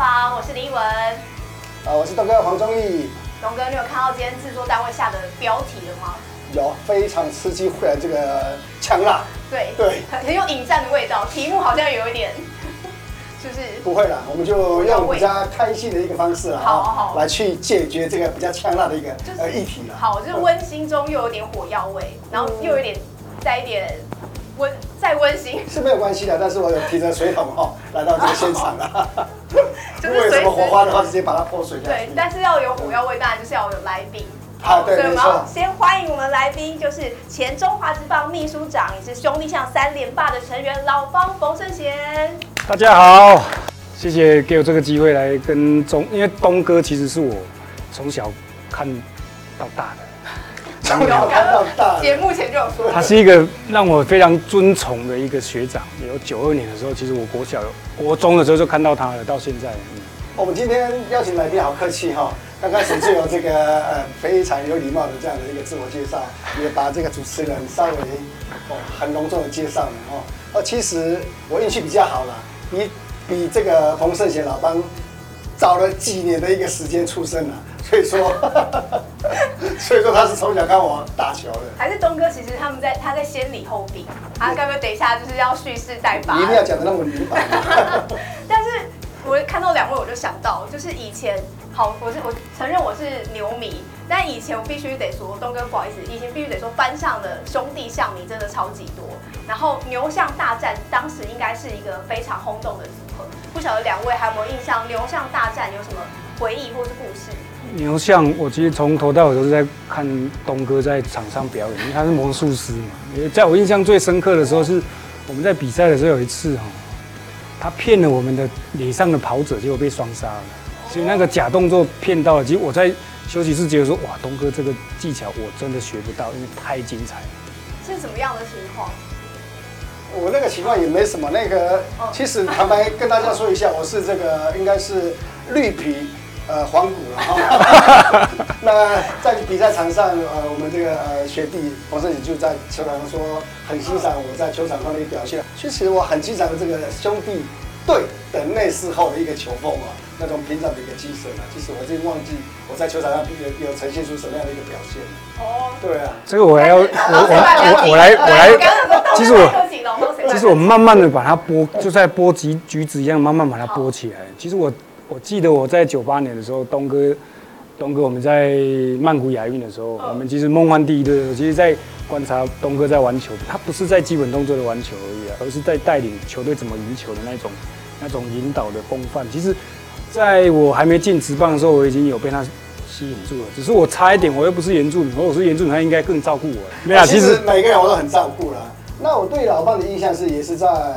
房，我是林依文。 我是东哥黄宗义。 东哥，你有看到今天制作单位下的标题了吗？ 有，非常刺激，会这个呛辣。 对，很有引战的味道。题目好像有一点，是不是？ 不会啦，我们就用比较开心的一个方式好来去解决这个比较呛辣的一个议题了。 好，就是温馨中又有点火药味，然后又有点再一点再温馨是没有关系的，但是我有提着水桶来到这个现场了。 就是如果有什么火花的话，直接把它泼水下去。 对，但是要有火药味，当然就是要有来宾。 对， 所以我们没错。 要先欢迎我们来宾，就是前中华职棒秘书长，也是兄弟象3连霸的成员老方冯胜贤。 大家好，谢谢给我这个机会来跟因为东哥其实是我从小看到大的。 从小看到大， 节目前就有说， 他是一个让我非常尊崇的一个学长。有92年的时候，其实我国中的时候就看到他了，到现在。 我们今天邀请来宾好客气哈，刚开始就有这个非常有礼貌的这样的一个自我介绍，也把这个主持人稍微很隆重的介绍了其实我运气比较好啦，比这个冯胜贤老帮早了几年的一个时间出生了，所以说他是从小看我打球的。 还是东哥，其实他在先礼后兵，他该不会等一下就是要蓄势待发？ 你一定要讲的那么明白。 但是我看到2位，我就想到，就是以前我承认我是牛迷，但以前我必须得说，东哥不好意思，以前必须得说班上的兄弟象迷真的超级多，然后牛象大战当时应该是一个非常轰动的组合，不晓得2位还有没有印象？牛象大战有什么回忆或是故事？ 牛象，我其实从头到尾都是在看东哥在场上表演，因为他是魔术师嘛。在我印象最深刻的时候是我们在比赛的时候有一次他骗了我们的垒上的跑者，结果被双杀了。所以那个假动作骗到了。其实我在休息室觉得说，哇，东哥这个技巧我真的学不到，因为太精彩了。 是什么样的情况？ 我那个情况也没什么，其实坦白跟大家说一下，我是这个应该是绿皮黄骨了那在比赛场上，我们这个学弟冯胜贤就在球场上说，很欣赏我在球场上的一个表现。其实我很欣赏这个兄弟队的内事后的一个球风那种平常的一个精神其实我已经忘记我在球场上有呈现出什么样的一个表现。对啊， 这个我来，其实我慢慢的把它剥，就在剥橘子一样，慢慢把它剥起来。其实我记得我在98年的时候，东哥我们在曼谷亚运的时候，我们其实梦幻第一队，其实在观察东哥在玩球，他不是在基本动作的玩球而已而是在带领球队怎么赢球的那种引导的风范。其实在我还没进职棒的时候，我已经有被他吸引住了，只是我差一点，我又不是原住民，如果我是原住民，他应该更照顾我。没有， 其实每个人我都很照顾啦。那我对老棒的印象也是在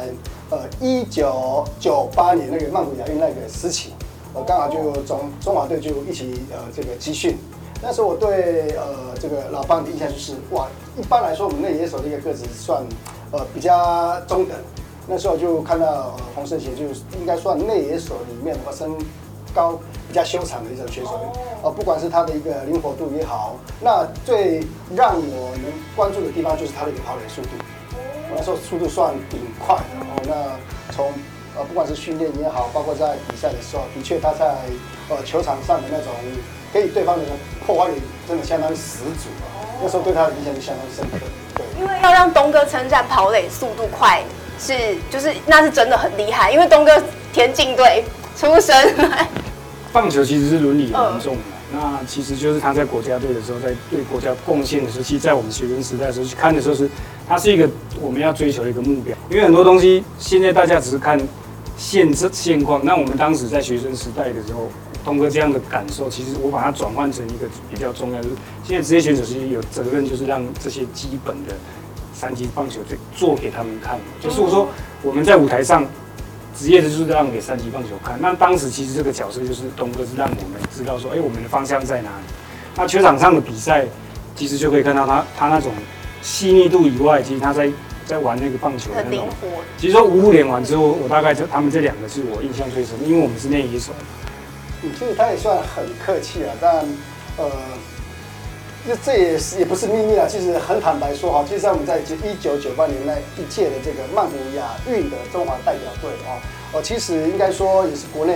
1998年那个曼谷亚运那个时期，我刚好就中华队就一起这个集训。那时候我对这个老棒的印象就是哇，一般来说我们内野手的一个个子算比较中等。那时候就看到冯胜贤就应该算内野手里面身高比较修长的一种选手不管是他的一个灵活度也好，那最让我能关注的地方就是他的一个跑垒速度。那时候速度算挺快的那从不管是训练也好，包括在比赛的时候，的确他在球场上的那种给对方的破坏力真的相当十足那时候对他的印象就相当深刻。对， 因为要让东哥称赞跑垒速度快，那是真的很厉害，因为东哥田径队出身。 棒球其实是伦理很重的。那其实就是他在国家队的时候，在对国家贡献的时候，其实在我们学生时代的时候去看的时候它是一个我们要追求的一个目标。因为很多东西现在大家只是看现况，那我们当时在学生时代的时候，东哥这样的感受，其实我把它转换成一个比较重要的，就是现在职业选手其实有责任，就是让这些基本的3级棒球队做给他们看。就是我说我们在舞台上。职业的就是让给3级棒球看，那当时其实这个角色就是东哥是让我们知道说，我们的方向在哪里。那球场上的比赛，其实就可以看到他那种细腻度以外，其实他在玩那个棒球的那种。其实说5虎联完之后，我大概他们这2个是我印象最深，因为我们是内野手。 其实他也算很客气但这也不是秘密其实很坦白说其实在我们在1998年那一届的这个曼谷亚运的中华代表队其实应该说也是国内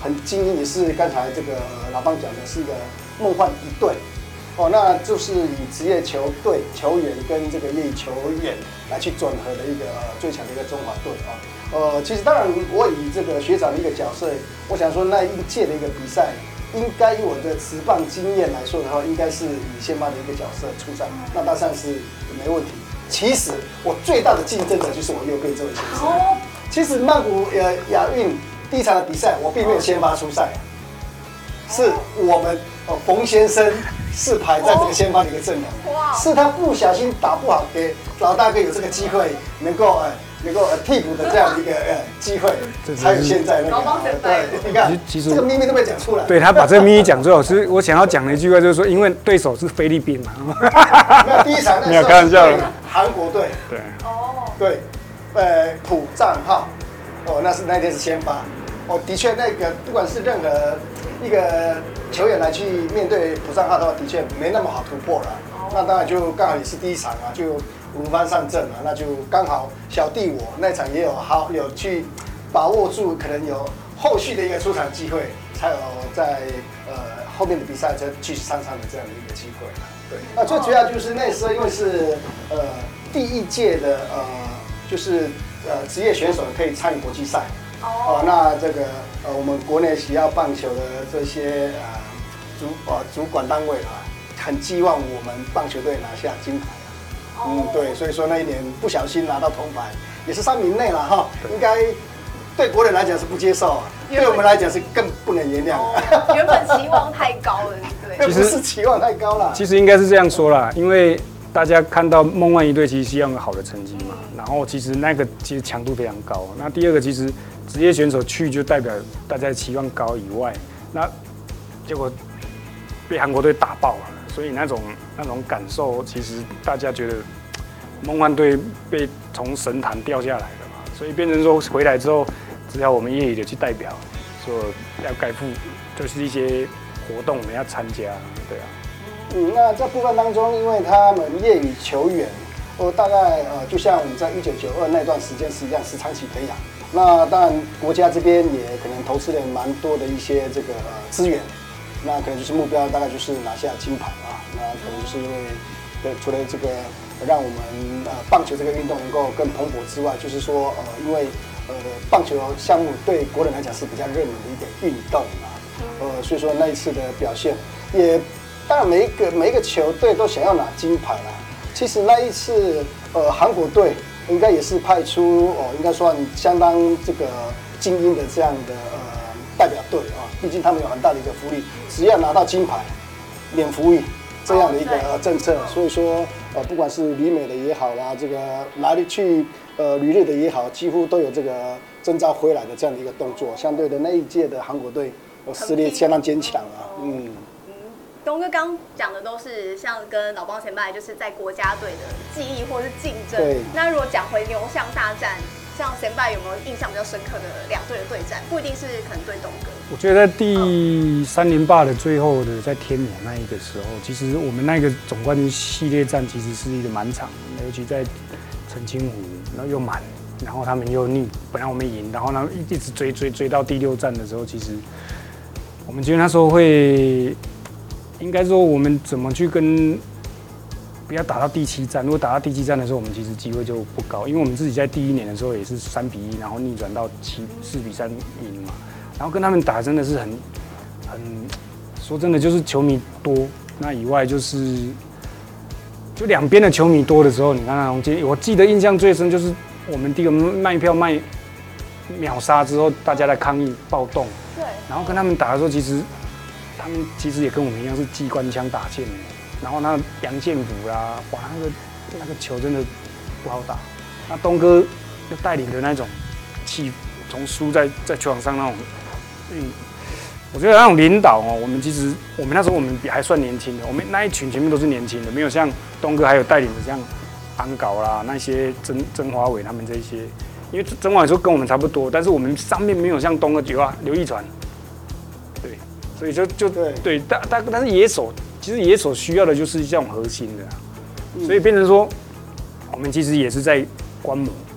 很精英，也是刚才这个老邦讲的是一个梦幻一对。那就是以职业球队球员跟这个业余球员来去整合的一个最强的一个中华队其实当然我以这个学长的一个角色，我想说那一届的一个比赛，应该以我的职棒经验来说的话，应该是以先发的一个角色出战，那当然是没问题。其实我最大的竞争者就是我右边这位先生。其实曼谷亚运第一场的比赛，我并没有先发出赛，是我们冯先生是排在这个先发的一个阵容，是他不小心打不好，给老大哥有这个机会，能够替补的这样的一个机会，才有现在那个。对，你看，其实这个秘密都没讲出来。 对他把这个秘密讲出来，其实我想要讲的一句话就是说，因为对手是菲律宾嘛。 没有第一场那时候是对韩国队。对。对，朴赞浩，那天是先发。的确那个不管是任何一个球员来去面对朴赞浩的话，的确没那么好突破了。那当然就刚好也是第一场啊，就轮番上阵了，那就刚好小弟我那场也有去把握住，可能有后续的一个出场机会，才有在后面的比赛再继续上场的这样的一个机会。对，那最主要就是那时候因为是第一届的就是职业选手可以参与国际赛。那这个我们国内喜爱棒球的这些主管单位很寄望我们棒球队拿下金牌对，所以说那一年不小心拿到铜牌，也是3名内了哈，应该对国人来讲是不接受，对我们来讲是更不能原谅。 原本期望太高了，对， 不是期望太高了。 其实应该是这样说啦，因为大家看到梦幻一队，其实希望有好的成绩嘛。然后其实那个其实强度非常高。那第二个，其实职业选手去就代表大家期望高以外，那结果被韩国队打爆了，所以那种感受，其实大家觉得梦幻队被从神坛掉下来了嘛，所以变成说回来之后，只要我们业余的去代表，说要该付就是一些活动我们要参加，对啊。 那这部分当中，因为他们业余球员，大概就像我们在1992那段时间是一样，是长期培养。那当然，国家这边也可能投资了蛮多的一些这个资源，那可能就是目标大概就是拿下金牌那可能就是因为除了这个让我们棒球这个运动能够更蓬勃之外，就是说因为棒球项目对国人来讲是比较热门的一个运动所以说那一次的表现也。当然，每一个球队都想要拿金牌啦。其实那一次，韩国队应该也是派出应该算相当这个精英的这样的代表队毕竟他们有很大的一个福利，只要拿到金牌，免服役这样的一个政策。所以说，不管是旅美的也好啦，这个哪里去旅日的也好，几乎都有这个征召回来的这样的一个动作。相对的那一届的韩国队实力相当坚强东哥刚讲的都是像跟老邦前辈就是在国家队的记忆或是竞争。那如果讲回牛象大战，像前辈有没有印象比较深刻的两队的对战？不一定是可能对东哥。 我觉得在第3连霸的最后的在天母那一个时候，其实我们那个总冠军系列战其实是一个蛮长的，尤其在澄清湖，然后又满，然后他们又逆，本来我们赢，然后呢一直追到第6战的时候，其实我们觉得那时候会。应该说，我们怎么去跟不要打到第7战？如果打到第7战的时候，我们其实机会就不高，因为我们自己在第1年的时候也是3比1，然后逆转到4比3赢嘛。然后跟他们打真的是很说真的就是球迷多，那以外就是就两边的球迷多的时候，你看我记得印象最深就是我们第一个卖票卖秒杀之后，大家来抗议暴动， 对， 然后跟他们打的时候，他们其实也跟我们一样是机关枪打线的，然后那杨建福啦，哇，那个球真的不好打。那东哥又带领的那种气，从输在球场上那种，我觉得那种领导我们其实我们那时候我们还算年轻的，我们那一群全部都是年轻的，没有像东哥还有带领的像安搞啦那些曾华伟他们这些，因为曾华伟说跟我们差不多，但是我们上面没有像东哥刘义传。所以就对，但是野手其实野手需要的就是这种核心的所以变成说，我们其实也是在观摩，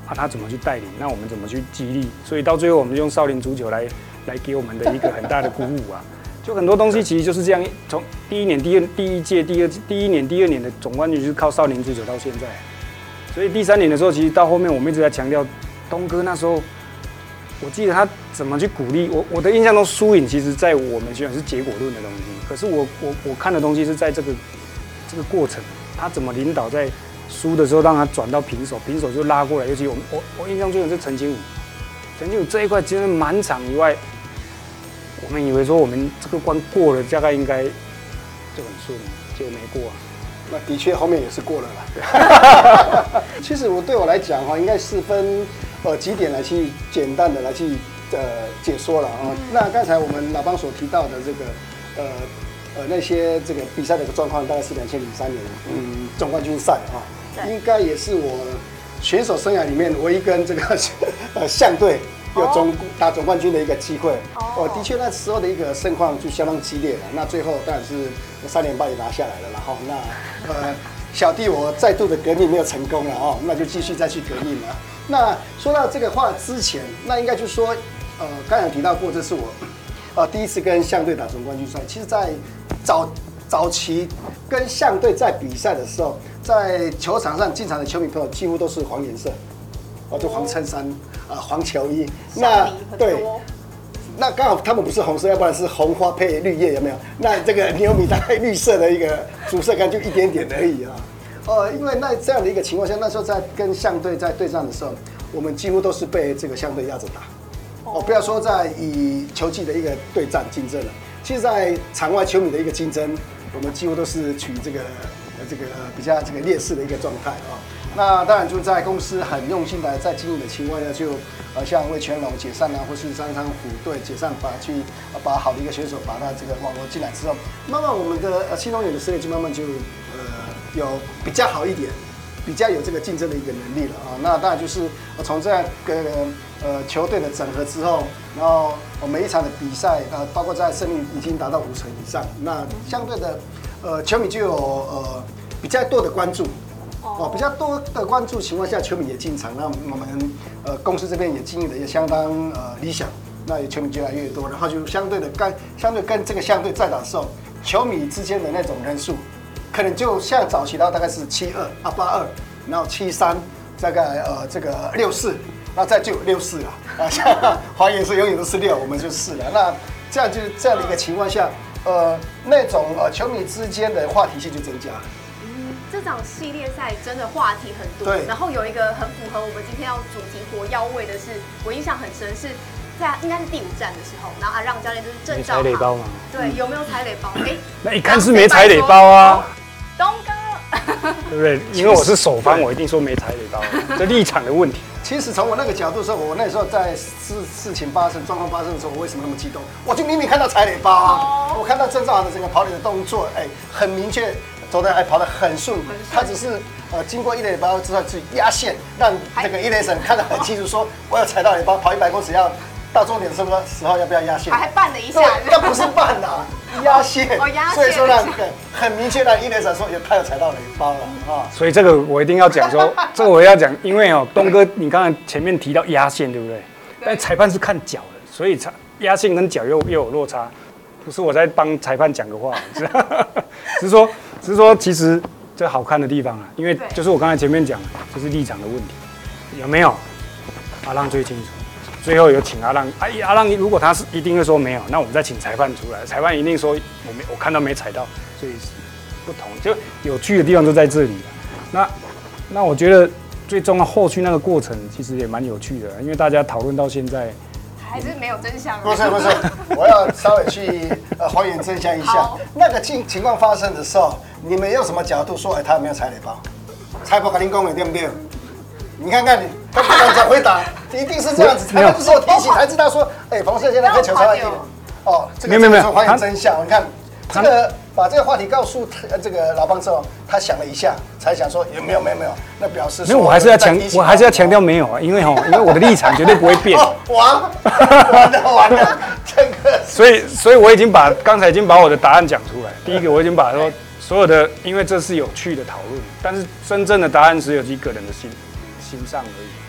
他怎么去带领，那我们怎么去激励？所以到最后，我们用少林足球来给我们的一个很大的鼓舞啊。就很多东西其实就是这样，从第一年、第一届、第一年、第二年的总冠军就是靠少林足球到现在。所以第3年的时候，其实到后面我们一直在强调，东哥那时候，我记得他怎么去鼓励我的印象中，输赢其实在我们学长是结果论的东西，可是我看的东西是在这个过程，他怎么领导在输的时候让他转到平手，平手就拉过来，尤其我印象最深是陈清武这一块真的满场以外。我们以为说我们这个关过了，大概应该就很顺，结果没过啊。 那的确后面也是过了啦。其实对我来讲应该是分几点来去简单的来去解说了啊。那刚才我们老邦所提到的这个那些这个比赛的状况，大概是2003年总冠军赛啊，应该也是我选手生涯里面唯一跟这个象队有打总冠军的一个机会。的确那时候的一个盛况就相当激烈了。那最后当然是3连霸也拿下来了，然后那小弟我再度的革命没有成功了那就继续再去革命了。那说到这个话之前，那应该就是说刚才提到过，这是我第一次跟象队打总冠军赛。其实，在早期跟象队在比赛的时候，在球场上进场的球迷朋友几乎都是黄颜色，就黄衬衫黄球衣。那对。那刚好他们不是红色，要不然是红花配绿叶，有没有？那这个牛米大概绿色的一个主色杆就一点点而已啊。因为那这样的一个情况下，那时候在跟象队在对战的时候，我们几乎都是被这个象队压着打。不要说在以球技的一个对战竞争了，其实在场外球迷的一个竞争，我们几乎都是处于这个比较这个劣势的一个状态啊。那当然就在公司很用心的在经营的情况下，就像魏全龙解散或是三商虎队解散，把好的一个选手把他这个网罗进来之后，慢慢我们的新农友的实力就慢慢就有比较好一点，比较有这个竞争的一个能力了啊。那当然就是从这样球队的整合之后，然后每一场的比赛包括在胜率已经达到50%以上，那相对的球迷就有比较多的关注。比较多的关注情况下，球迷也进场，那我们公司这边也经营的也相当理想，那球迷越来越多，然后就相对跟这个象队在打的时候，球迷之间的那种人数，可能就像早期大概是72、82，然后73，大概这个64，那再就有64了像华研是永远都是6，我们就4了。那这样的一个情况下，那种球迷之间的话题性就增加了。 这场系列赛真的话题很多，然后有一个很符合我们今天要主题火药味的是，我印象很深是在应该是第5站的时候，然后阿让教练就是郑兆豪，踩垒包吗？ 对，有没有踩垒包？ 那一看是没踩垒包啊， 东哥， 对不对？因为我是首方，我一定说没踩垒包，这立场的问题。 其实从我那个角度说，我那时候在事情发生、状况发生的时候，我为什么那么激动？我就明明看到踩垒包啊，我看到郑兆豪的整个跑垒的动作，很明确。走的还跑得很顺，他只是经过1垒包之后去压线，让这个1垒审看得很清楚，说我要踩到垒包，跑100公尺要到终点的时候要不要压线？ 还绊了一下， 那不是绊啊，压线。 压线。 所以说让很明确让1垒审说他有踩到垒包了啊。 所以这个我一定要讲说，这个我要讲，因为东哥你刚才前面提到压线对不对？但裁判是看脚的，所以压线跟脚又有落差。不是我在帮裁判讲个话，只是说，其实这好看的地方啊，因为就是我刚才前面讲，就是立场的问题，有没有？阿浪最清楚。最后有请阿浪，阿浪如果他是一定会说没有，那我们再请裁判出来，裁判一定说我看到没踩到，所以不同，就有趣的地方就在这里。那我觉得最重要后续那个过程其实也蛮有趣的，因为大家讨论到现在。 还是没有真相。 不是，我要稍微去还原真相一下。那个情况发生的时候，你们用什么角度说？他有没有踩垒包？裁判跟您讲的对不对？你看看他不敢讲回答，一定是这样子。裁判就是有提醒才知道说，冯胜现在跟球场外地了。这个没有还原真相。你看这个把这个话题告诉这个老邦之后，他想了一下，才想说没有，那表示没有。我还是要强调没有啊，因为我的立场绝对不会变。完了，这个。所以我刚才已经把我的答案讲出来。第一个我已经把说所有的，因为这是有趣的讨论，但是真正的答案只有一个人的心上而已。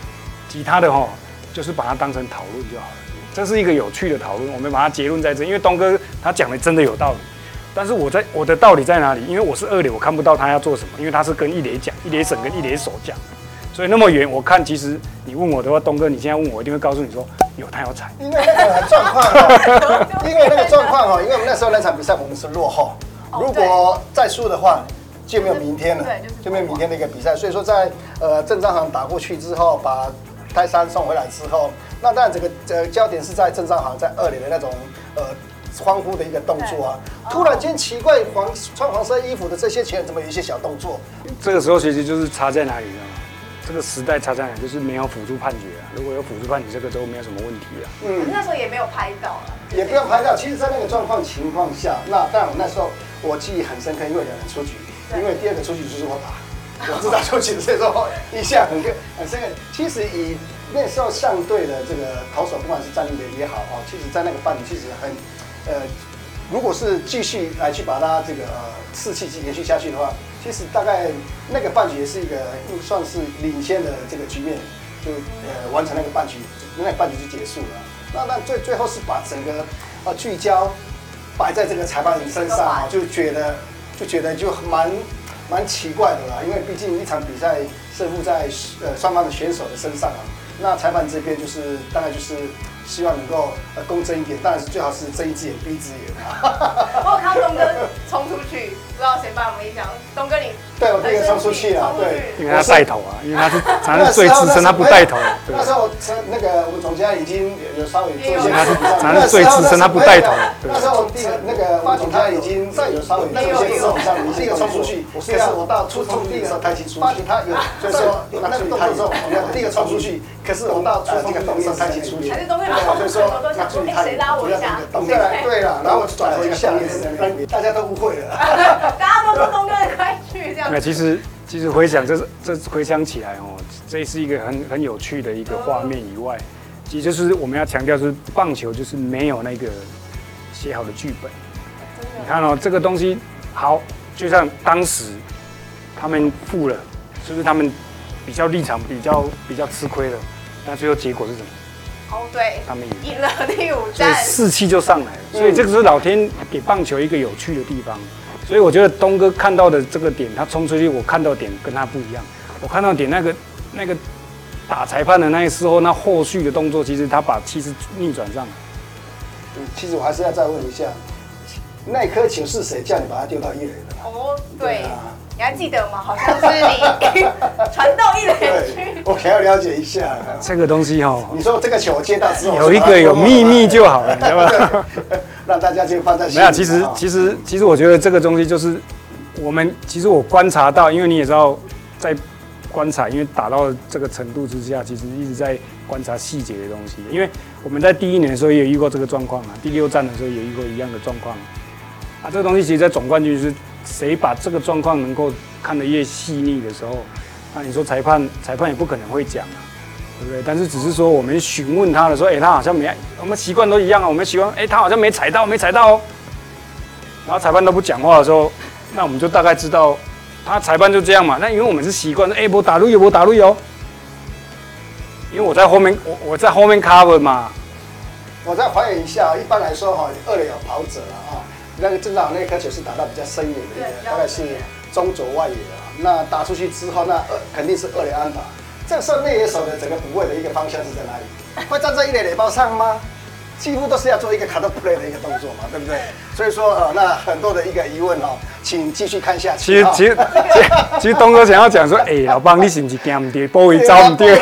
其他的就是把它当成讨论就好了。这是一个有趣的讨论，我们把它结论在这，因为东哥他讲的真的有道理。但是我的道理在哪里？因为我是二垒，我看不到他要做什么，因为他是跟一垒讲，一垒审跟一垒手讲，所以那么远我看，其实你问我的话，东哥你现在问我，一定会告诉你说他要踩。 因为那个状况因为那个状况因为我们那时候那场比赛我们是落后，如果再输的话就没有明天了，就没有明天的一个比赛。所以说在郑章航打过去之后，把泰山送回来之后，那当然整个焦点是在郑章航在二垒的那种欢呼的一个动作啊，突然间奇怪，穿黄色衣服的这些球员怎么有一些小动作？ 这个时候其实就是差在哪里，你知道吗？这个时代差在哪里？就是没有辅助判决啊。如果有辅助判决，这个都没有什么问题啊。 可是那时候也没有拍到了， 也不用拍到。其实，在那个情况下，那当然我那时候我记忆很深刻，因为2人出局，因为第2个出局就是我打，我知道出局，所以说印象很深刻。其实以那时候相对的这个投手，不管是战力的也好其实在那个半局其实很如果是继续来去把它这个士气延续下去的话，其实大概那个半局也是一个算是领先的这个局面，就完成那个半局，那个半局就结束了。那最后是把整个聚焦摆在这个裁判人身上就觉得就蛮奇怪的啦，因为毕竟一场比赛胜负在双方的选手的身上那裁判这边就是大概就是希望能够公正一点，当然是最好是睁一只眼闭一只眼我有看到东哥冲出去，不知道谁帮我们一讲，东哥你对我第一个冲出去了，对， 因为他带头啊，因为他是最资深，他不带头。 那时候那个我们总监已经有稍微做一些， 他是最资深，他不带头。 那时候那个我总监已经有稍微做一些手上的一些冲出去，可是我到冲第一个时候抬起出去，他有所以说那个动作之后，我第一个冲出去，可是我到这个动作抬起出去， 还是东哥所以说那注意谁拉我一下？ 对了，然后我转头一下，大家都误会了， 大家都说东哥快去这样。 那其实回想这回想起来这是一个很有趣的一个画面以外，其实就是我们要强调是棒球就是没有那个写好的剧本。你看这个东西好，就像当时他们负了，是不是他们比较立场比较吃亏了？但最后结果是什么？ 对， 他们赢了第5 战，所以士气就上来了。所以这个是老天给棒球一个有趣的地方。所以我觉得东哥看到的这个点，他冲出去，我看到点跟他不一样。我看到点那个打裁判的那时候，那后续的动作，其实他把气势逆转上来。 其实我还是要再问一下，那颗球是谁叫你把它丢到1垒的？ 对。你还记得吗？好像是你传到1垒去。 我想要了解一下这个东西你说这个球我接到之后， 有一个有秘密就好了，你知道吗？ 让大家就放在心里。 没有，其实我觉得这个东西就是其实我观察到，因为你也知道，在观察，因为打到这个程度之下，其实一直在观察细节的东西。因为我们在第1年的时候也有遇过这个状况第6战的时候也遇过一样的状况这个东西其实，在总冠军就是谁把这个状况能够看得越细腻的时候，那你说裁判也不可能会讲对不对？但是只是说我们询问他的时候，他好像没，我们习惯都一样我们习惯，他好像没踩到然后裁判都不讲话的时候，那我们就大概知道，裁判就这样嘛。那因为我们是习惯，我打路哦，因为我在后面 cover 嘛。 我再还原一下，一般来说2垒有跑者那个正常那颗球是打到比较深一点的，大概是中左外野那打出去之后，那肯定是2垒安打。这个时候内野手的整个补位的一个方向是在哪里？会站在1垒垒包上吗？几乎都是要做一个 cut play 的一个动作嘛，对不对？所以说那很多的一个疑问请继续看下去。 其实东哥想要讲说，老棒你是不是惊不对，保卫走不对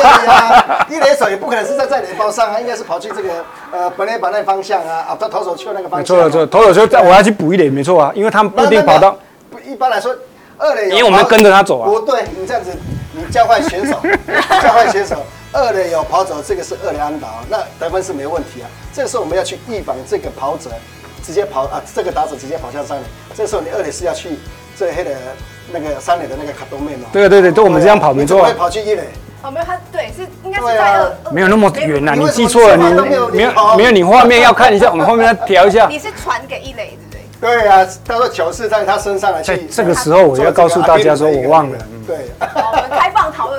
？1垒手也不可能是在垒包上应该是跑去这个本垒板那方向到投手球那个方向。没错， 投手球我要去补1垒，没错因为他们不一定跑到。 一般来说，2垒因为我们跟着他走不对，你这样子你交换选手，2垒有跑者，这个是2垒安打那得分是没问题这个时候我们要去预防这个跑者直接跑这个打者直接跑向3垒。这个时候你2垒是要去最黑的那个3垒的那个卡东面对，都我们这样跑没错。 会跑去1垒。 没有，他对是应该是在没有那么远你记错了，你没有，你画面要看一下，我们后面要调一下。 你是传给1垒，对不对？ 对他说球是在他身上来去。 这个时候我要告诉大家说，我忘了。 对， 我们开放讨论。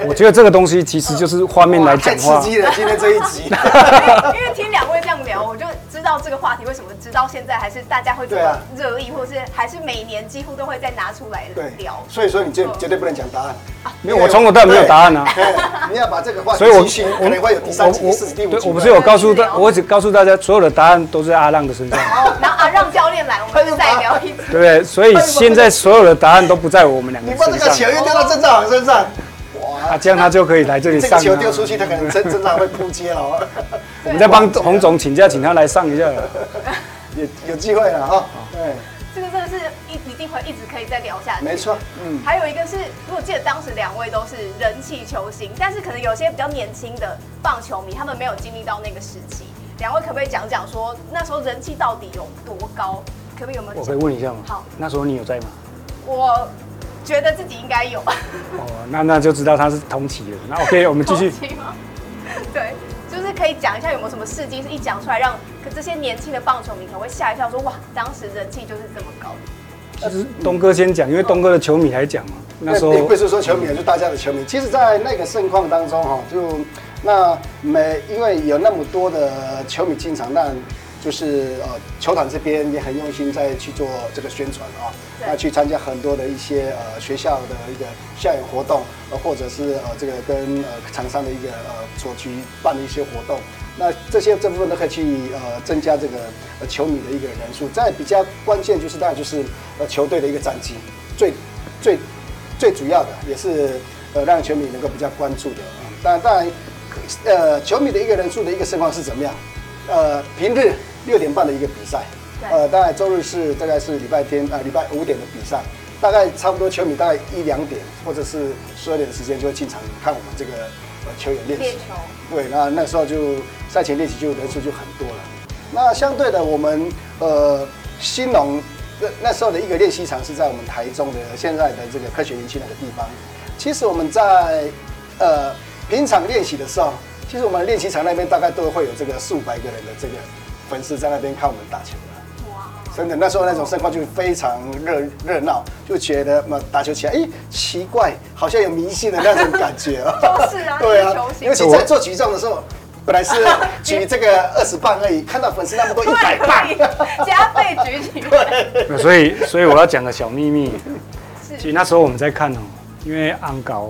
我觉得这个东西其实就是画面来讲话。 太刺激了，今天这一集。 因为听两位这样聊，我就知道这个话题为什么直到现在还是大家会这么热议，或是还是每年几乎都会再拿出来聊。 所以说你绝对不能讲答案。 没有，我从头到尾没有答案啊。 你要把这个话题， 所以我可能会有第3集、第4集、第5集。 我不是有告诉我只告诉大家，所有的答案都在阿浪的身上。 然后让教练来，我们再聊一次。 对不对？所以现在所有的答案都不在我们两个身上。 你把这个球又丢到郑兆航身上， 哇！这样他就可以来这里上。 这个球丢出去，他可能郑兆航会扑街了。 我们再帮洪总请假，请他来上一下。 有机会了哈。对。 这个真的是一定会一直可以再聊下去。 没错， 还有一个是，如果记得当时两位都是人气球星，但是可能有些比较年轻的棒球迷，他们没有经历到那个时期。两位可不可以讲讲说，那时候人气到底有多高？可不可以有没有？ 我可以问一下吗？ 好， 那时候你有在吗？ 我觉得自己应该有。 那就知道他是同期了。那 OK， 我们继续。 同期吗？对。就是可以讲一下有没有什么事迹是一讲出来让这些年轻的棒球迷可能会吓一跳，说哇，当时人气就是这么高。 其实东哥先讲，因为东哥的球迷来讲嘛，那时候也不是说球迷，就大家的球迷。其实，在那个盛况当中哈，因为有那么多的球迷进场，那就是球团这边也很用心在去做这个宣传啊，那去参加很多的一些学校的一个校园活动，或者是这个跟厂商的一个所去办的一些活动，那这部分都可以去增加这个球迷的一个人数。再比较关键就是当然就是球队的一个战绩，最主要的也是让球迷能够比较关注的啊。当然球迷的一个人数的一个盛况是怎么样？平日6点半的一个比赛，大概周日是大概是礼拜天礼拜5点的比赛，大概差不多球迷大概1、2点或者是12点的时间就会进场看我们这个球员练习。对，那时候就赛前练习就人数就很多了。那相对的，我们兴农那时候的一个练习场是在我们台中的现在的这个科学园区那个地方。其实我们在平常练习的时候，其实我们练习场那边大概都会有这个400-500个人的这个粉丝在那边看我们打球的。哇！真的，那时候那种盛况就非常热闹，就觉得打球起来，奇怪，好像有迷信的那种感觉啊。 就是啊，对啊， 尤其在做举重的时候。本来是举这个20磅而已，看到粉丝那么多100磅， 加倍举起来。 所以我要讲个小秘密。其实那时候我们在看因为安高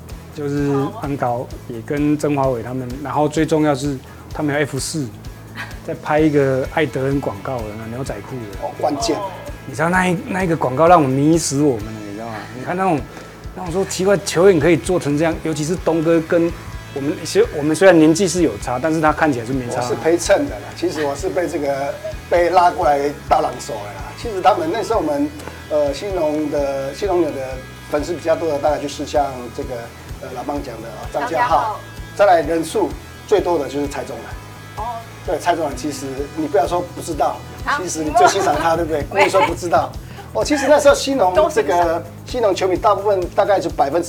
也跟曾华伟他们，然后最重要是他们有 F4，在拍一个艾德恩广告的牛仔裤的。 关键。 你知道那一个广告让我迷死我们了，你知道吗？你看那种说奇怪球员可以做成这样，尤其是东哥跟。我们虽然年纪是有差，但是他看起来是没差。 我是陪衬的啦，其实我是被拉过来大浪手的啦。其实他们那时候我们兴农牛的粉丝比较多的，大概就是像这个老棒讲的张家浩，再来人数最多的就是蔡中南。哦，对，蔡中南其实你不要说不知道，其实你最欣赏他，对不对？故意说不知道。其实那时候兴农球迷大部分大概就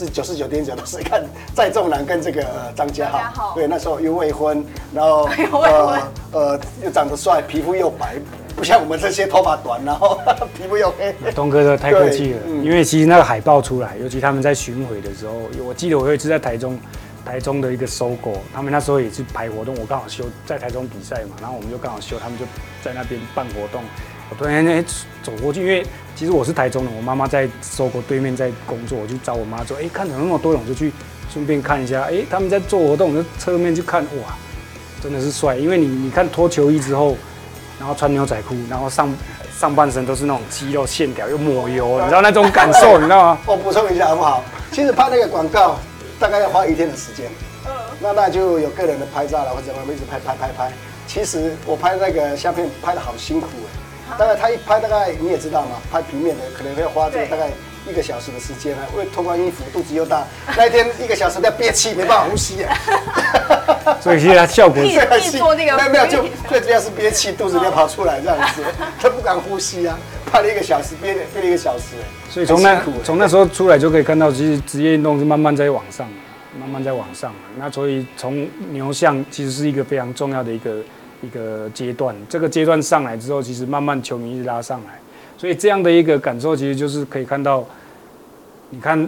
99.9%都是看蔡仲南跟这个张家浩。对，那时候又未婚，然后又长得帅，皮肤又白，不像我们这些头发短，然后皮肤又黑。 东哥的太客气了，因为其实那个海报出来，尤其他们在巡回的时候，我记得我有一次在台中的一个搜狗，他们那时候也是排活动，我刚好休在台中比赛嘛，然后我们就刚好休，他们就在那边办活动。我突然间走过去，因为其实我是台中人，我妈妈在搜狗对面在工作，我就找我妈说，看到那么多人，我就去顺便看一下，他们在做活动，我就侧面去看，哇，真的是帅，因为你看脱球衣之后，然后穿牛仔裤，然后上半身都是那种肌肉线条，又抹油，你知道那种感受，你知道吗？ 我补充一下好不好？其实拍那个广告大概要花1天的时间，那就有个人的拍照了，或者我们一直拍。其实我拍那个相片拍得好辛苦大概他一拍，大概你也知道嘛，拍平面的可能会花这个大概1个小时的时间因为脱光衣服，肚子又大，那一天1个小时要憋气，没办法呼吸所以现在效果是做那个没有，就最主要是憋气，肚子要跑出来这样子，他不敢呼吸啊，拍了1个小时，憋了1个小时所以从那时候出来就可以看到，其实职业运动是慢慢在往上。那所以从牛象其实是一个非常重要的一个阶段，这个阶段上来之后，其实慢慢球迷一直拉上来，所以这样的一个感受，其实就是可以看到，你看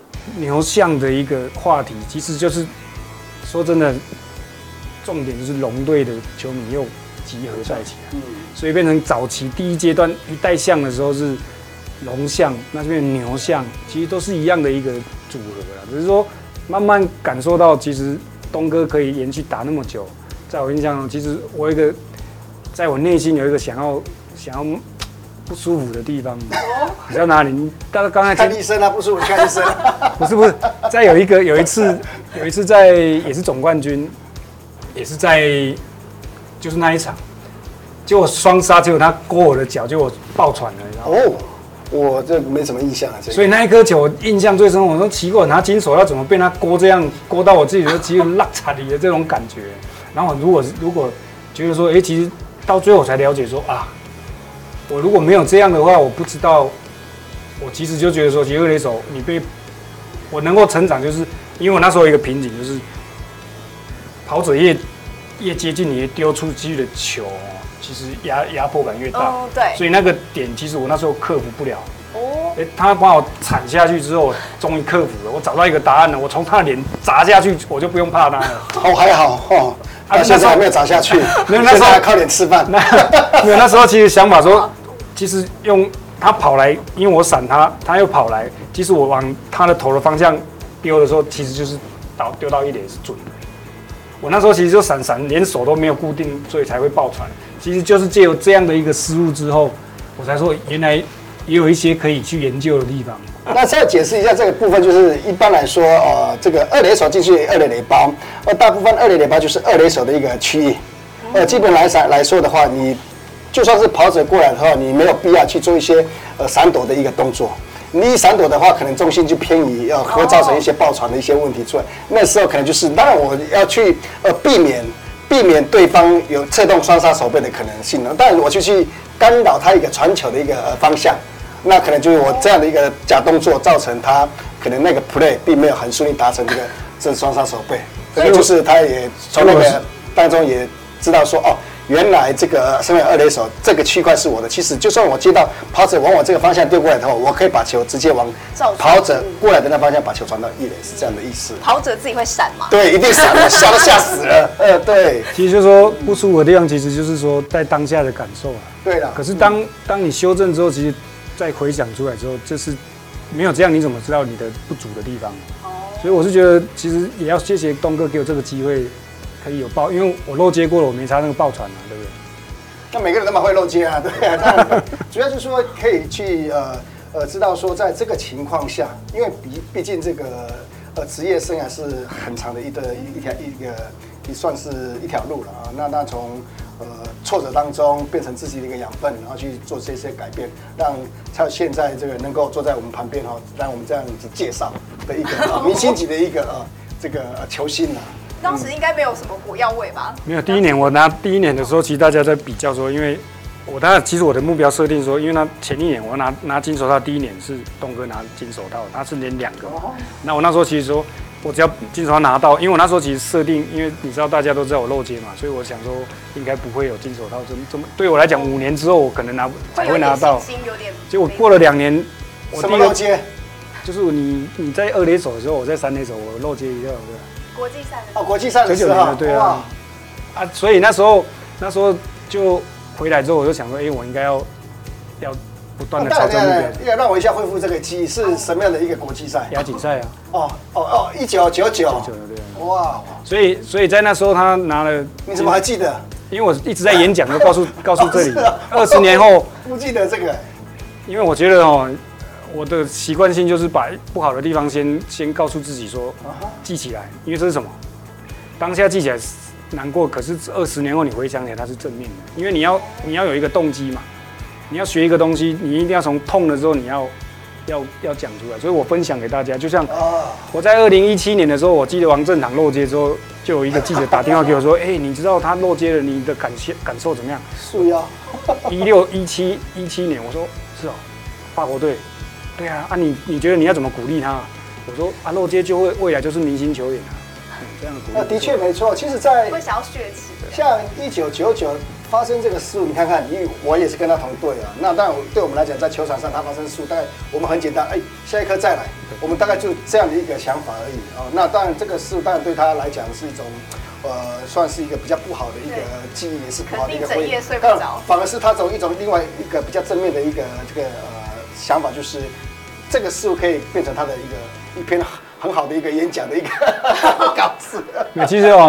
牛象的一个话题，其实就是说真的，重点就是龙队的球迷又集合在一起了，所以变成早期第一阶段一代象的时候是龙象，那这边牛象，其实都是一样的一个组合啦，只是说慢慢感受到，其实东哥可以延续打那么久，在我印象中，其实我有一个在我内心有一个想要不舒服的地方，你知道哪里？你刚才看医生啊，不舒服看医生。 不是，在有一次在也是总冠军，也是在就是那一场，结果双杀，结果他勾我的脚，结果爆喘了，你知道吗？ 哦，我这没什么印象啊。 所以那一颗球我印象最深，我说奇怪，拿金手要怎么被他勾这样勾到我自己的肌肉拉嚓里的这种感觉。然后如果觉得说，其实到最后我才了解说啊。我如果没有这样的话，我不知道。我其实就觉得说，其实二垒手我能够成长，就是因为我那时候有一个瓶颈，就是跑者越接近你丢出去的球，其实压迫感越大。 对。 所以那个点，其实我那时候克服不了。他把我铲下去之后，我终于克服了。我找到一个答案了，我从他的脸砸下去，我就不用怕他了。 还好哦。现在还没有砸下去， 没有那时候还靠脸吃饭。 没有那时候其实想法说，其实用他跑来，因为我闪他，他又跑来，其实我往他的头的方向丢的时候，其实就是丢到一垒是准的。我那时候其实就闪，连手都没有固定，所以才会爆传。其实就是借由这样的一个失误之后，我才说原来也有一些可以去研究的地方。 那再解释一下这个部分，就是一般来说，这个二垒手进去二垒垒包，大部分二垒垒包就是二垒手的一个区域。基本来说的话，你就算是跑者过来的话，你没有必要去做一些闪躲的一个动作。你一闪躲的话，可能重心就偏移，会造成一些爆传的一些问题出来。那时候可能就是，当然我要去避免对方有策动双杀手背的可能性了。但我就去干扰他一个传球的一个方向。那可能就是我这样的一个假动作，造成他可能那个 play 并没有很顺利达成这双杀手背，所以就是他也从那个当中也知道说，原来这个身为二垒手这个区块是我的。其实就算我接到跑者往我这个方向丢过来的话，我可以把球直接往跑者过来的那方向把球传到一垒，是这样的意思。 跑者自己会闪吗？ 对，一定闪了，吓死了。对。 其实就是说不舒服的地方，其实就是说在当下的感受啊。 对了。 可是当你修正之后，其实再回想出来之后，这是没有这样，你怎么知道你的不足的地方？所以我是觉得，其实也要谢谢东哥给我这个机会，可以有爆，因为我漏接过了，我没差那个爆传嘛，对不对？ 那每个人都蛮会漏接啊，对啊。主要就是说可以去知道说，在这个情况下，因为毕竟这个职业生涯是很长的算是一条路了啊。那从挫折当中变成自己的一个养分，然后去做这些改变，让才有现在这个能够坐在我们旁边让我们这样子介绍的一个明星级的一个这个球星啊。 当时应该没有什么火药味吧？ 没有，第一年的时候，其实大家在比较说，因为其实我的目标设定说，因为他前一年我要拿金手套，第一年是东哥拿金手套，他是连2个。那我那时候其实说，我只要金手套拿到，因为我那时候其实设定，因为你知道大家都知道我漏接嘛，所以我想说应该不会有金手套这么对我来讲，5年之后我可能才会拿到。结果过了2年，我第一个漏接就是你在2垒手的时候，我在3垒手，我漏接一个，对。 国际赛的国际赛的时候， 对啊，所以那时候就回来之后，我就想说，我应该要不断的朝着目标。 要让我一下恢复这个记忆，是什么样的一个国际赛？ 亚锦赛啊。 1999。 对。哇！所以在那时候他拿了， 你怎么还记得？ 因为我一直在演讲，都告诉这里，20年后不记得这个。 因为我觉得我的习惯性就是把不好的地方先告诉自己说，记起来，因为这是什么？当下记起来难过，可是20年后你回想起来它是正面的，因为你要有一个动机嘛，你要学一个东西，你一定要从痛了之后你要讲出来，所以我分享给大家。就像我在2017年的时候，我记得王正堂漏接之后，就有一个记者打电话给我说，你知道他漏接了，你的感受怎么样？ 是呀。 17年，我说是法国队。对啊，你觉得你要怎么鼓励他？我说漏接未来就是明星球员啊，这样鼓励。 的确没错，其实在会想要血气。 像1999 发生这个失误，你看看，因为我也是跟他同队啊。那当然，对我们来讲，在球场上他发生失误，大概我们很简单，下一颗再来，我们大概就这样的一个想法而已啊。那当然，这个失误当然对他来讲是一种，算是一个比较不好的一个记忆，也是不好的一个回忆。但反而是他从另外一个比较正面的一个想法，就是这个失误可以变成他的一篇很好的一个演讲的一个稿子。 其实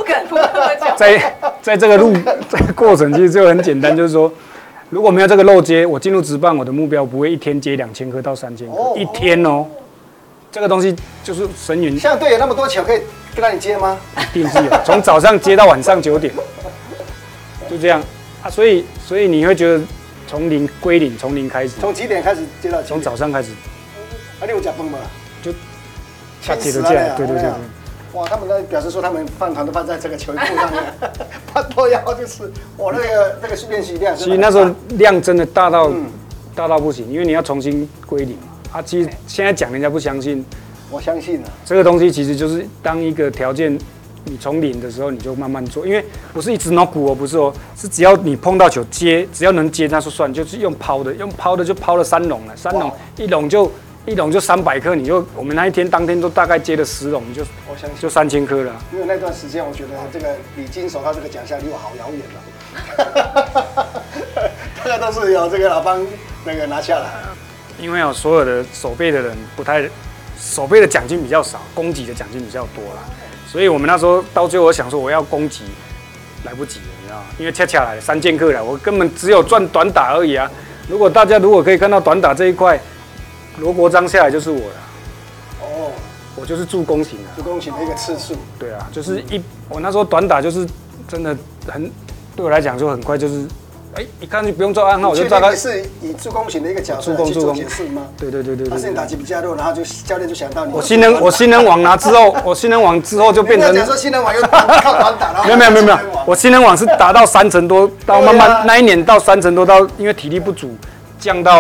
在这个过程，其实就很简单，就是说，如果没有这个漏接，我进入职棒，我的目标不会一天接2000颗到3000颗，一天哦。这个东西就是神云。 像队有那么多球可以让你接吗？ 一定是有，从早上接到晚上9点，就这样啊。所以你会觉得从零归零，从零开始。 从几点开始接到几点？ 从早上开始。 你有讲崩吗？ 就。他接的这样，对。 哇，他们在表示说他们饭团都放在这个球衣裤上面，他都要就是我那个练习量。 其实那时候量真的大到不行，因为你要重新归零嘛。其实现在讲人家不相信， 我相信了。 这个东西其实就是当一个条件，你从零的时候你就慢慢做，因为不是一直脑鼓哦，不是哦，是只要你碰到球接，只要能接那说算，就是用抛的就抛了3笼了，3笼一笼就300颗，我们那一天当天都大概接了10笼，就3000颗了。 因为那段时间，我觉得这个李金手他这个奖项离我好遥远了，大概都是有这个老帮那个拿下来。 因为所有的守备的人守备的奖金比较少，攻击的奖金比较多啦，所以我们那时候到最后我想说我要攻击，来不及了，你知道吗？因为恰恰来了3000颗来，我根本只有赚短打而已啊。大家如果可以看到短打这一块。罗国璋下来就是我了，我就是助攻型的， 助攻型的一个次数。 对啊，就是我那时候短打就是真的对我来讲就很快，就是一看就不用做暗号，我就大概是以助攻型的一个角色去做解释吗？ 对。 他是你打击比较弱，然后教练就想到你。 我新人王拿之后，就变成。 讲说新人王又靠短打了。 没有，我新人王是达到3成多，到慢慢那一年到3成多，到因为体力不足降到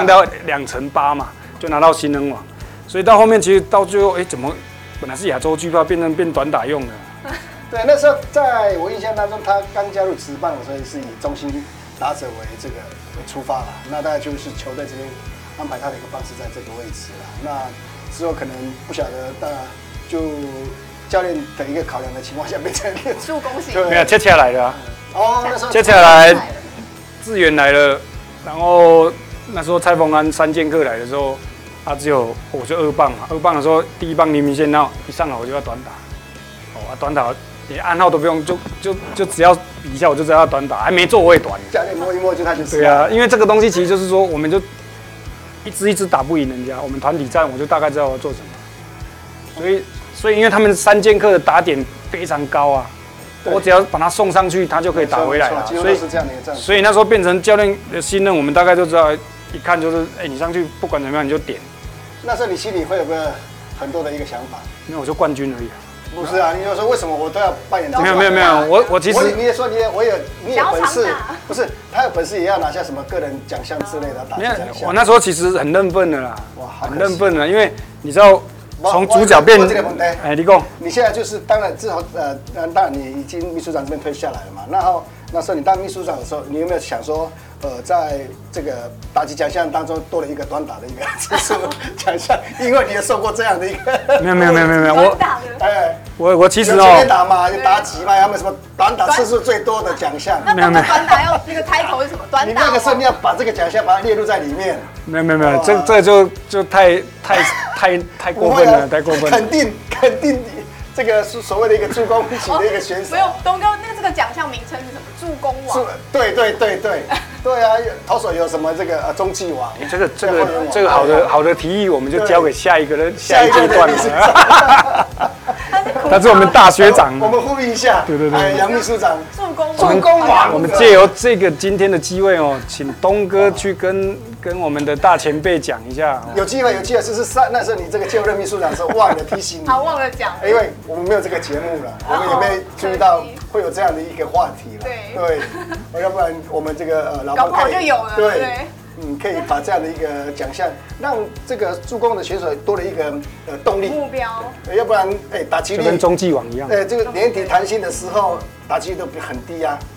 2成8嘛。就拿到新人王，所以到后面其实到最后，怎么本来是亚洲巨炮变短打用了？ 对，那时候在我印象当中，他刚加入职棒的时候是以中心打者为出发了，那大概就是球队这边安排他的一个方式在这个位置了。那之后可能不晓得，当然就教练的一个考量的情况下变成助攻型， 没有接下来的啊。 那时候接下来志远来了，然后。那时候蔡丰安3000颗来的时候，我就2棒嘛。2棒的时候，第1棒黎明线，然后一上来我就要短打。短打连暗号都不用，就只要比一下我就知道要短打，还没做我也短。 教练摸一摸就他就对啊，因为这个东西其实就是说，我们就一支打不赢人家，我们团体战我就大概知道要做什么。所以因为他们3000颗的打点非常高啊。我只要把它送上去，他就可以打回来了。所以那时候变成教练的信任，我们大概就知道，一看就是，你上去不管怎么样你就点。 那时候你心里会有个很多的一个想法？ 没有，我就冠军而已。 不是啊，你就说为什么我都要扮演？ 没有，我其实你也说你有本事，不是他有本事也要拿下什么个人奖项之类的打奖项。 我那时候其实很认份的啦，很认份的，因为你知道。从主角变，你讲， 你现在就是当然至少当然你已经秘书长这边退下来了嘛。然后那时候你当秘书长的时候，你有没有想说，在这个打击奖项当中多了一个短打的一个次数奖项？因为你也受过这样的一个。 没有，我其实有全垒打嘛，有打击嘛，他们什么短打次数最多的奖项。 那短打要那个title是什么？短打。 你那个时候你要把这个奖项把它列入在里面。 没有，这就太过分了，太过分了。 肯定你这个是所谓的一个助攻型的一个选手。 没有，东哥，这个奖项名称是什么？助攻王。 对啊，投手有什么这个中继王？ 这个好的提议，我们就交给下一阶段了。他是我们大学长， 我们呼吁一下， 对， 杨秘书长， 助攻王， 我们借由这个今天的机会请东哥去跟我们的大前辈讲一下。 有机会，就是那时候你这个就任秘书长的时候忘了提醒你， 他忘了讲， 因为我们没有这个节目了，我们也没注意到会有这样的一个话题了。对，要不然我们这个老板搞不好就有了，对。 可以把这样的一个奖项，让这个助攻的选手多了一个动力目标， 要不然打击率就跟中继王一样， 这个年底谈薪的时候打击率都很低啊，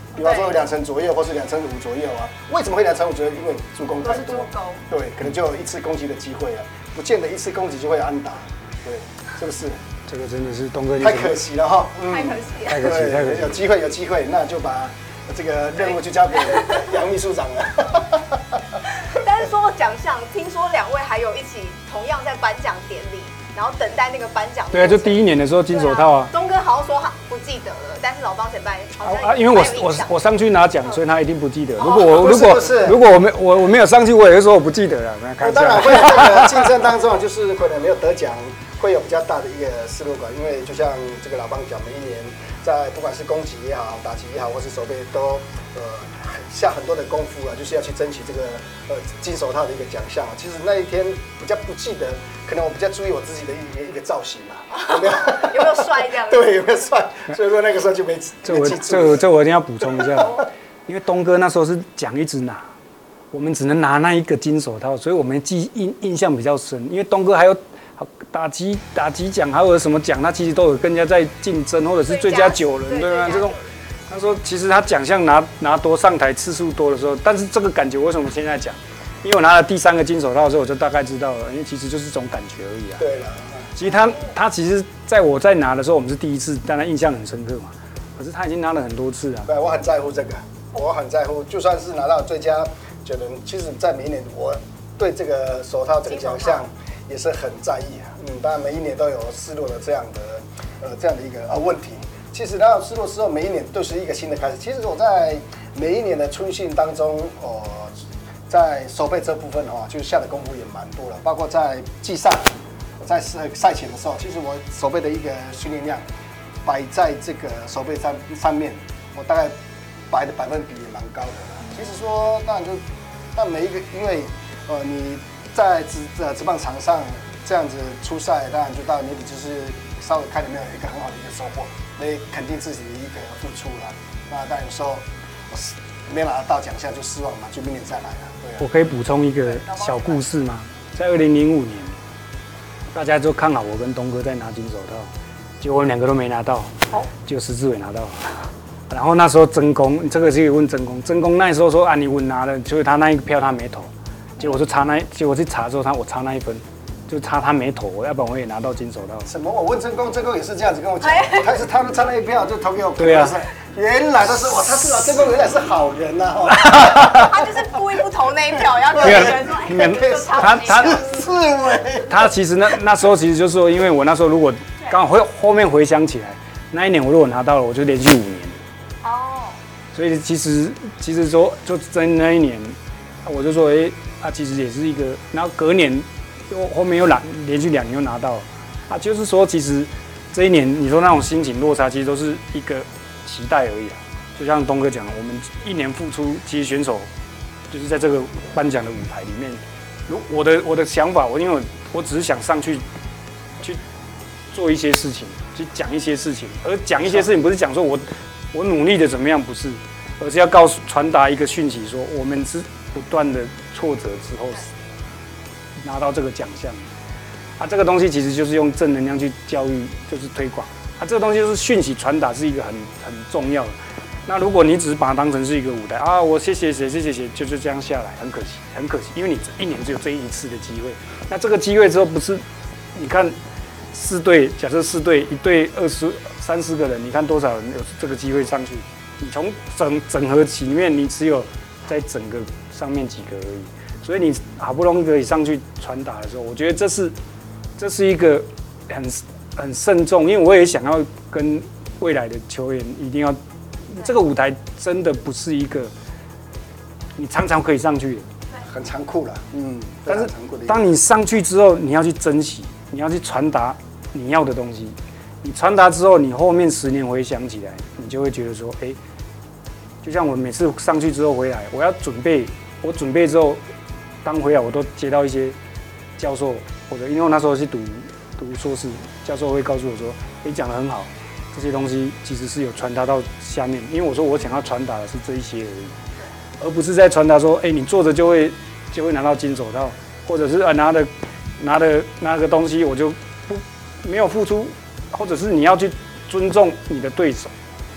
比方说2成左右，或是2成5左右啊。为什么会2成5左右？因为助攻太多，对，可能就有一次攻击的机会啊，不见得一次攻击就会安打，对，是不是？ 这个真的是东哥太可惜了哈， 太可惜了， 太可惜，太可惜。 有机会，那就把这个任务就交给杨秘书长了。 但是说到奖项，听说2位还有一起同样在颁奖典礼，然后等待那个颁奖。 对啊，就第1年的时候金手套啊。 东哥好像说他不记得了，但是老帮前辈好像因为我上去拿奖，所以他一定不记得。如果我没有上去，我也会说我不记得了。 当然会这个竞争当中，就是可能没有得奖，会有比较大的一个失落感，因为就像这个老帮讲，每一年在不管是攻击也好、打击也好，或是守备都下很多的功夫啊，就是要去争取这个金手套的一个奖项。其实那一天比较不记得，可能我比较注意我自己的一个造型嘛，有没有？ 有没有帅这样？ 对，有没有帅？所以说那个时候就没记住。 这我一定要补充一下，因为东哥那时候是奖一直拿，我们只能拿那一个金手套，所以我们印象比较深。因为东哥还有打击奖，还有什么奖，他其实都有跟人家在竞争，或者是最佳9人，对吧？这种。他说，其实他奖项拿多上台次数多的时候，但是这个感觉为什么现在讲？因为我拿了第3个金手套的时候，我就大概知道了，因为其实就是这种感觉而已啊。 对了， 其实他其实在我在拿的时候，我们是第1次，当然印象很深刻嘛。可是他已经拿了很多次啊。 对，我很在乎这个，我很在乎，就算是拿到最佳9人，其实在每一年我对这个手套这个奖项也是很在意啊。当然每一年都有失落的这样的一个问题。其实拿到失落之后，每一年都是一个新的开始。其实我在每一年的春训当中，在守备这部分的话，就是下的功夫也蛮多了。包括在季赛，在赛前的时候，其实我守备的一个训练量摆在这个守备上面，我大概摆的百分比也蛮高的。其实说，当然就但每一个，因为你在职棒场上这样子出赛，当然就到年底就是稍微看有没有一个很好的一个收获。来肯定自己的一个付出了，那当然有时候没拿到奖项就失望嘛，就明年再来了。对啊。 我可以补充一个小故事吗？在2005年，大家都看好我跟东哥在拿金手套，结果我们2个都没拿到，就石志伟拿到了。然后那时候真公，这个是问真公，真公那时候说啊你稳拿了，就是他那一个票他没投，结果结果去查之后我差那1分。就差他没投，要不然我也拿到金手套。 什么？我问真公也是这样子跟我讲，他们差那一票就投给我。 对啊， 原来都是他是真公原来是好人呐。 他就是故意不投那一票，要跟别人说， 他其实那时候其实就是说，因为我那时候如果刚好后面回想起来，那一年我如果拿到了，我就连续5年。哦。所以其实说就在那一年，我就说其实也是一个，然后隔年。后面又连续2年又拿到了啊，就是说其实这一年你说那种心情落差，其实都是一个期待而已啊。就像东哥讲，我们1年付出，其实选手就是在这个颁奖的舞台里面，我的想法，因为我只是想上去做一些事情，去讲一些事情，而讲一些事情不是讲说我努力的怎么样，不是，而是要传达一个讯息，说我们是不断的挫折之后。拿到这个奖项，这个东西其实就是用正能量去教育，就是推广。这个东西就是讯息传达是一个很重要的。那如果你只是把它当成是一个舞台啊，我谢谢谁，就是这样下来，很可惜，因为你1年只有这1次的机会。那这个机会之后不是，你看4队，假设4队，1队30个人，你看多少人有这个机会上去？你从整合起里面，你只有在整个上面几个而已。所以你好不容易可以上去传达的时候，我觉得这是一个很慎重，因为我也想要跟未来的球员一定要，这个舞台真的不是一个你常常可以上去的， 很残酷了， 但是当你上去之后，你要去珍惜，你要去传达你要的东西，你传达之后，你后面10年回想起来，你就会觉得说，就像我每次上去之后回来，我准备之后。刚回来，我都接到一些教授，或者因为我那时候是读硕士，教授会告诉我说：“讲得很好，这些东西其实是有传达到下面。”因为我说我想要传达的是这一些而已，而不是在传达说：“你坐着就会拿到金手套，或者是拿个东西我就没有付出，或者是你要去尊重你的对手。”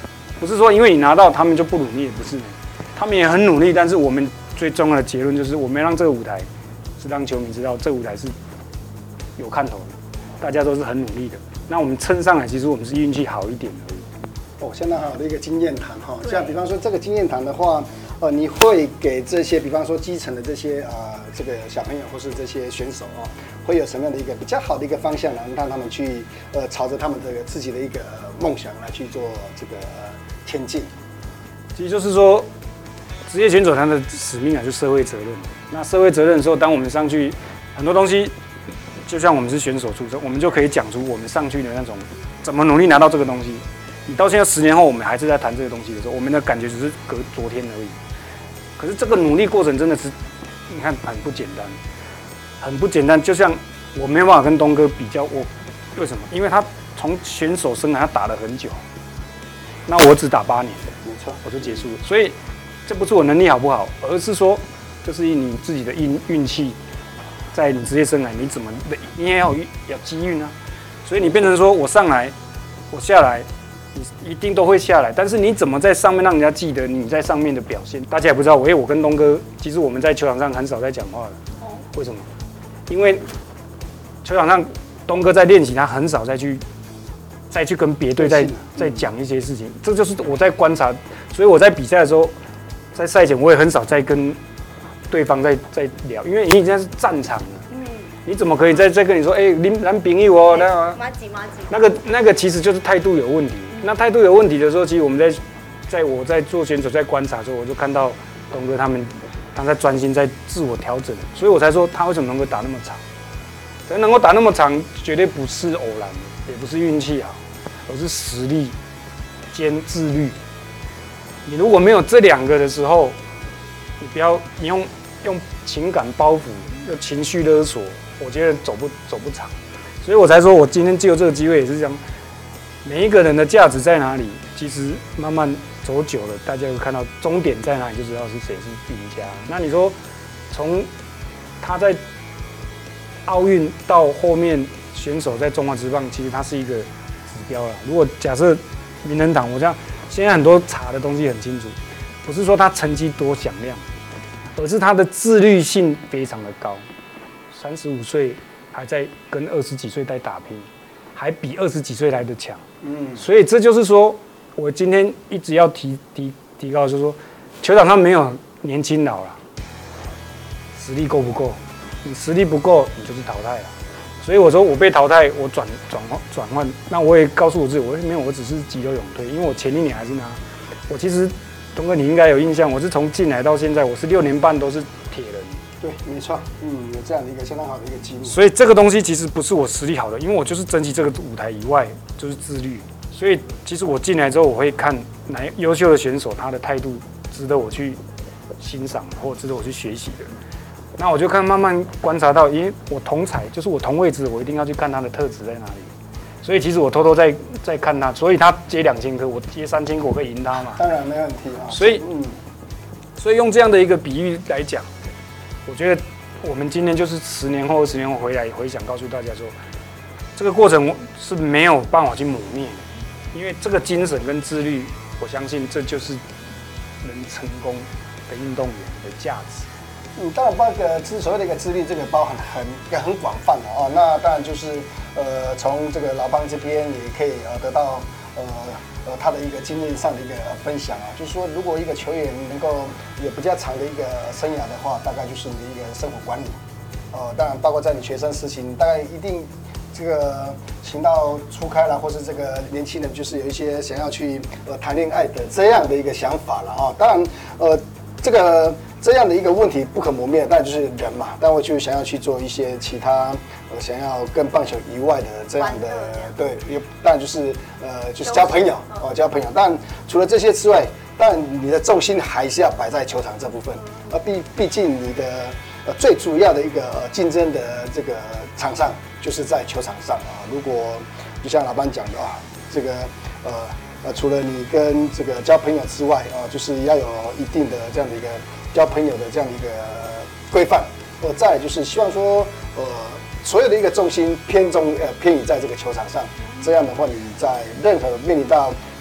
不是说因为你拿到他们就不努力，不是，他们也很努力，但是我们最重要的结论就是我们让这个舞台是让球迷知道这个舞台是有看头的，大家都是很努力的。那我们撑上来，其实我们是运气好一点而已。 相当好的一个经验谈哈。像比方说这个经验谈的话，你会给这些比方说基层的这些这个小朋友或是这些选手会有什么样的一个比较好的一个方向呢？让他们去朝着他们这个自己的一个梦想来去做这个前进。 其实就是说，职业选手他的使命就是社会责任。那社会责任的时候，当我们上去很多东西，就像我们是选手出身，我们就可以讲出我们上去的那种怎么努力拿到这个东西。你到现在10年后，我们还是在谈这个东西的时候，我们的感觉只是隔昨天而已。可是这个努力过程真的是，你看很不简单，很不简单。就像我没有办法跟东哥比较，为什么？因为他从选手生涯他打了很久，那我只打8年， 没错， 我就结束了。所以这不是我能力好不好，而是说，就是你自己的运气，在你职业生涯你怎么你也要机运啊。所以你变成说我上来，我下来。你一定都会下来，但是你怎么在上面让人家记得你在上面的表现？大家也不知道。我跟东哥，其实我们在球场上很少在讲话了。为什么？因为球场上东哥在练习，他很少再去跟别队再讲一些事情。这就是我在观察，所以我在比赛的时候，在赛前我也很少再跟对方在聊，因为你已经是战场了。你怎么可以再跟你说，咱朋友哦，那个其实就是态度有问题。那态度有问题的时候，其实我们我在做选手在观察的时候，我就看到东哥他在专心在自我调整，所以我才说他为什么能够打那么长。能够打那么长，绝对不是偶然，也不是运气好，而是实力兼自律。你如果没有这2个的时候，你用情感包袱、用情绪勒索，我觉得走不长。所以我才说我今天借由这个机会也是这样。每一个人的价值在哪里？其实慢慢走久了，大家会看到终点在哪里，就知道是谁是赢家。那你说，从他在奥运到后面选手在中华职棒，其实它是一个指标了。如果假设名人堂，我这样现在很多查的东西很清楚，不是说他成绩多响亮，而是他的自律性非常的高。35岁还在跟20几岁在打拼，还比20几岁来的强。所以这就是说，我今天一直要提高，就是说，球场上没有年轻老了，实力够不够？你实力不够，你就是淘汰了。所以我说我被淘汰，我转换，那我也告诉我自己，没有，我只是急流勇退，因为我前1年还是我其实东哥你应该有印象，我是从进来到现在，我是6年半都是铁人。 对，没错，有这样的一个相当好的一个记录。 所以这个东西其实不是我实力好的，因为我就是珍惜这个舞台以外，就是自律。所以其实我进来之后，我会看哪优秀的选手，他的态度值得我去欣赏，或值得我去学习的。那我就慢慢观察到，因为我同才，就是我同位置，我一定要去看他的特质在哪里。所以其实我偷偷在看他，所以他接2000颗，我接3000颗，我可以赢他嘛？ 当然没问题啊。 所以用这样的一个比喻来讲。我觉得我们今天就是10年后、20年后回来回想，告诉大家说，这个过程是没有办法去抹灭的，因为这个精神跟自律，我相信这就是能成功的运动员的价值。 当然，所谓的一个自律，这个包含很广泛的哦。那当然就是从这个老邦这边也可以得到他的一个经验上的一个分享啊，就是说，如果一个球员能够有比较长的一个生涯的话，大概就是你的一个生活管理，当然包括在你学生时期，你大概一定这个情窦初开了，或是这个年轻人就是有一些想要去谈恋爱的这样的一个想法了啊。当然这样的一个问题不可磨灭，当然就是人嘛，但我就想要去做一些其他想要跟棒球以外的这样的，对，当然就是交朋友交朋友。但除了这些之外，但你的重心还是要摆在球场这部分，毕竟你的最主要的一个竞争的这个场上就是在球场上啊。如果就像老班讲的啊，这个除了你跟这个交朋友之外就是要有一定的这样的一个交朋友的这样的一个规范。再来就是希望说所有的一个重心偏移在这个球场上，这样的话你在任何面临到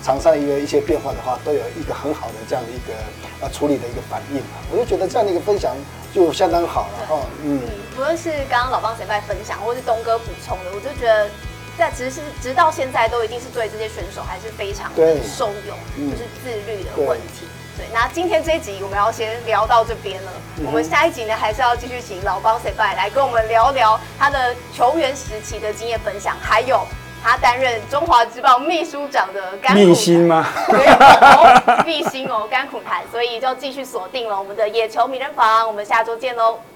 场上一些变化的话，都有一个很好的这样的一个处理的一个反应啊。我就觉得这样的一个分享就相当好了哈。 不论是刚刚老帮谁在分享，或是东哥补充的，我就觉得。直到现在都一定是对这些选手还是非常的受用，就是自律的问题。对，那今天这一集我们要先聊到这边了。我们下一集呢，还是要继续请老帮谁来跟我们聊聊他的球员时期的经验分享，还有他担任中华职棒秘书长的甘苦谈。 秘辛吗？ 秘辛哦，甘苦谈。所以就继续锁定了我们的野球名人房，我们下周见喽。